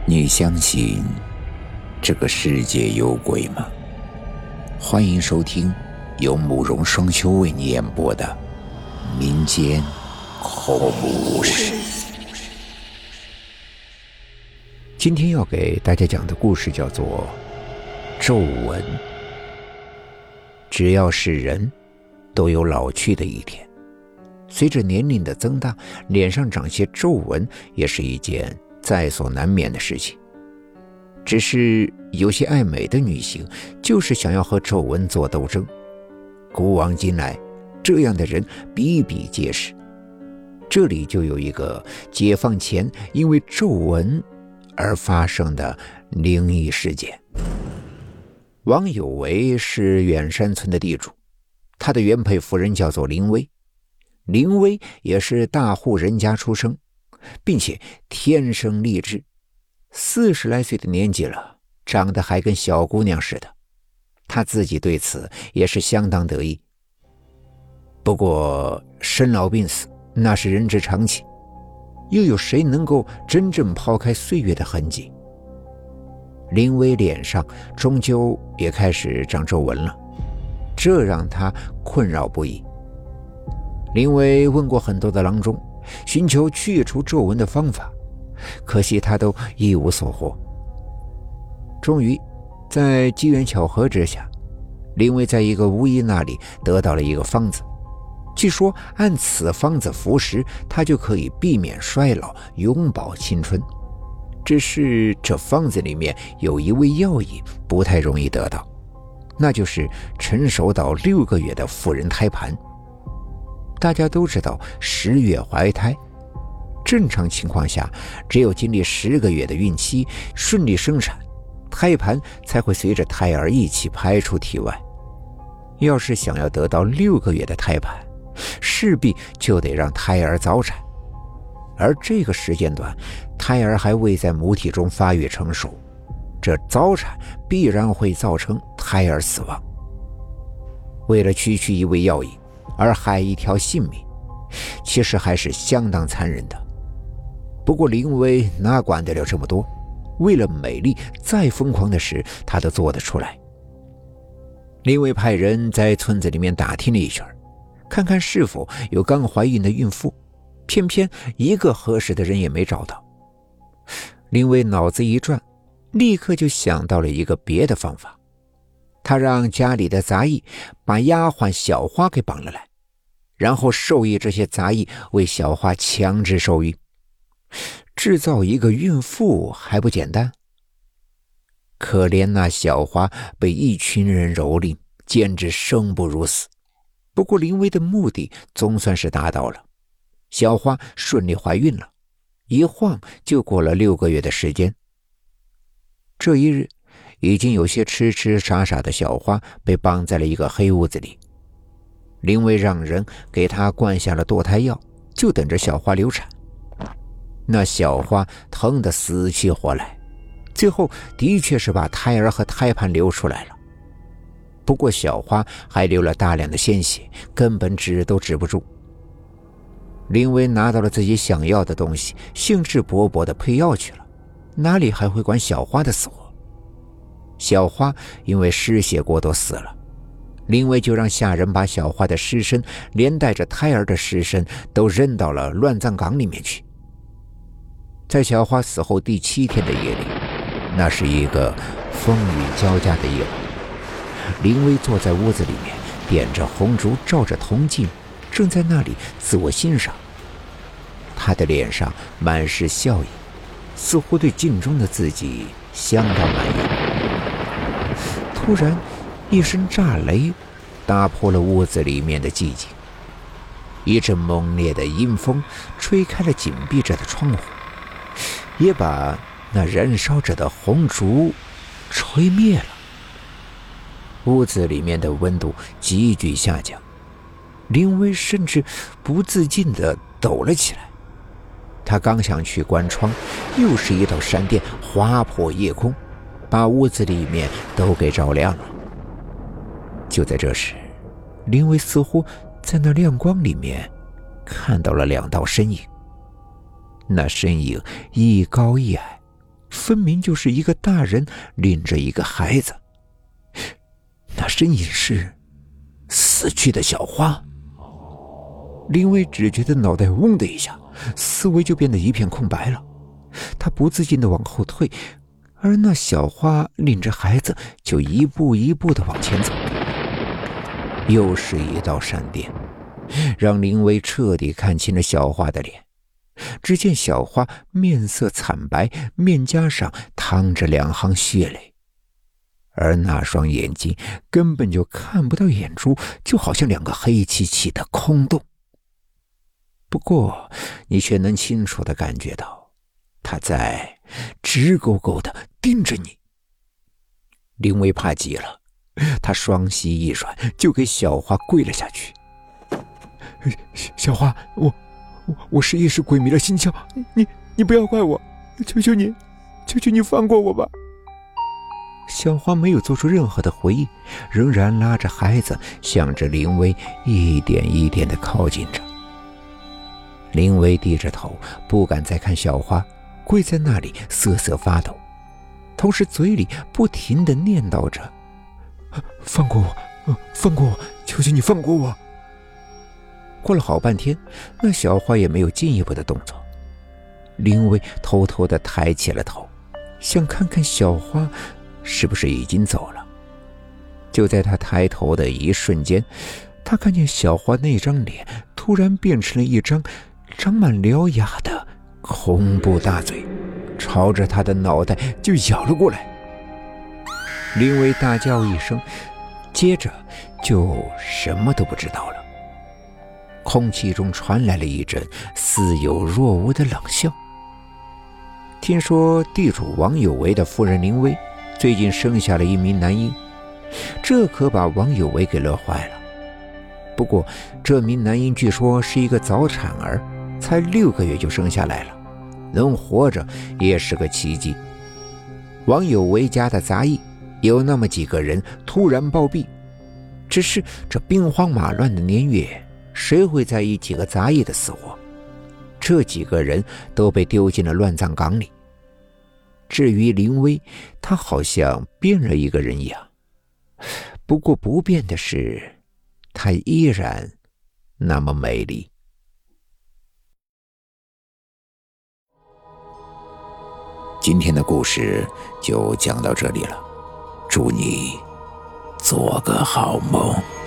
你相信这个世界有鬼吗？欢迎收听由慕容双修为你演播的民间恐怖故事。今天要给大家讲的故事叫做皱纹。只要是人，都有老去的一天。随着年龄的增大，脸上长些皱纹也是一件在所难免的事情。只是有些爱美的女性就是想要和皱纹做斗争。古往今来，这样的人比比皆是。这里就有一个解放前因为皱纹而发生的灵异事件。王有为是远山村的地主，他的原配夫人叫做林薇。林薇也是大户人家出生，并且天生丽质，40来岁的年纪了，长得还跟小姑娘似的。她自己对此也是相当得意。不过生老病死那是人之常情，又有谁能够真正抛开岁月的痕迹？林薇脸上终究也开始长皱纹了，这让她困扰不已。林薇问过很多的郎中，寻求去除皱纹的方法，可惜他都一无所获。终于在机缘巧合之下，林薇在一个巫医那里得到了一个方子，据说按此方子服食，他就可以避免衰老，永葆青春。只是这方子里面有一味药引不太容易得到，那就是成熟到6个月的妇人胎盘。大家都知道10月怀胎，正常情况下只有经历10个月的孕期，顺利生产，胎盘才会随着胎儿一起排出体外。要是想要得到6个月的胎盘，势必就得让胎儿早产，而这个时间段胎儿还未在母体中发育成熟，这早产必然会造成胎儿死亡。为了区区一味药引而害一条性命，其实还是相当残忍的。不过林薇哪管得了这么多，为了美丽，再疯狂的事她都做得出来。林薇派人在村子里面打听了一圈，看看是否有刚怀孕的孕妇，偏偏一个合适的人也没找到。林薇脑子一转，立刻就想到了一个别的方法。他让家里的杂役把丫鬟小花给绑了来，然后授意这些杂役为小花强制受孕。制造一个孕妇还不简单？可怜那小花被一群人蹂躏，简直生不如死。不过林薇的目的总算是达到了，小花顺利怀孕了，一晃就过了6个月的时间。这一日，已经有些痴痴傻傻的小花被绑在了一个黑屋子里。林薇让人给她灌下了堕胎药，就等着小花流产。那小花疼得死去活来，最后的确是把胎儿和胎盘流出来了。不过小花还流了大量的鲜血，根本止都止不住。林薇拿到了自己想要的东西，兴致勃勃地配药去了，哪里还会管小花的死活？小花因为失血过多死了，林薇就让下人把小花的尸身连带着胎儿的尸身都扔到了乱葬岗里面去。在小花死后第7天的夜里，那是一个风雨交加的夜晚，林薇坐在屋子里面，点着红烛，照着铜镜，正在那里自我欣赏。她的脸上满是笑意，似乎对镜中的自己相当满意。突然一声炸雷打破了屋子里面的寂静，一阵猛烈的阴风吹开了紧闭着的窗户，也把那燃烧着的红烛吹灭了。屋子里面的温度急剧下降，林薇甚至不自禁地抖了起来。他刚想去关窗，又是一道闪电划破夜空，把屋子里面都给照亮了。就在这时，林薇似乎在那亮光里面看到了2道身影，那身影一高一矮， 分明就是一个大人领着一个孩子。那身影是死去的小花。林薇只觉得脑袋嗡的一下，思维就变得一片空白了。他不自禁地往后退，而那小花领着孩子就一步一步地往前走。又是一道闪电，让林薇彻底看清了小花的脸。只见小花面色惨白，面颊上淌着2行血泪，而那双眼睛根本就看不到眼珠，就好像2个黑漆漆的空洞。不过你却能清楚地感觉到他在直勾勾地盯着你。林薇怕极了，他双膝一软，就给小花跪了下去。小花，我是一时鬼迷了心窍，你不要怪我，求求你放过我吧。小花没有做出任何的回应，仍然拉着孩子向着林薇一点一点地靠近着。林薇低着头，不敢再看小花，跪在那里瑟瑟发抖，同时嘴里不停地念叨着：放过我，放过我，求求你放过我。过了好半天，那小花也没有进一步的动作。林薇偷偷地抬起了头，想看看小花是不是已经走了。就在他抬头的一瞬间，他看见小花那张脸突然变成了一张长满獠牙的恐怖大嘴，朝着他的脑袋就咬了过来。林薇大叫一声，接着就什么都不知道了。空气中传来了一阵似有若无的冷笑。听说地主王有为的夫人林薇最近生下了一名男婴，这可把王有为给乐坏了。不过这名男婴据说是一个早产儿，才6个月就生下来了，能活着也是个奇迹。王有为家的杂役有那么几个人突然暴毙，只是这兵荒马乱的年月，谁会在意几个杂役的死活？这几个人都被丢进了乱葬岗里。至于林薇，她好像变了一个人一样，不过不变的是，她依然那么美丽。今天的故事就讲到这里了，祝你做个好梦。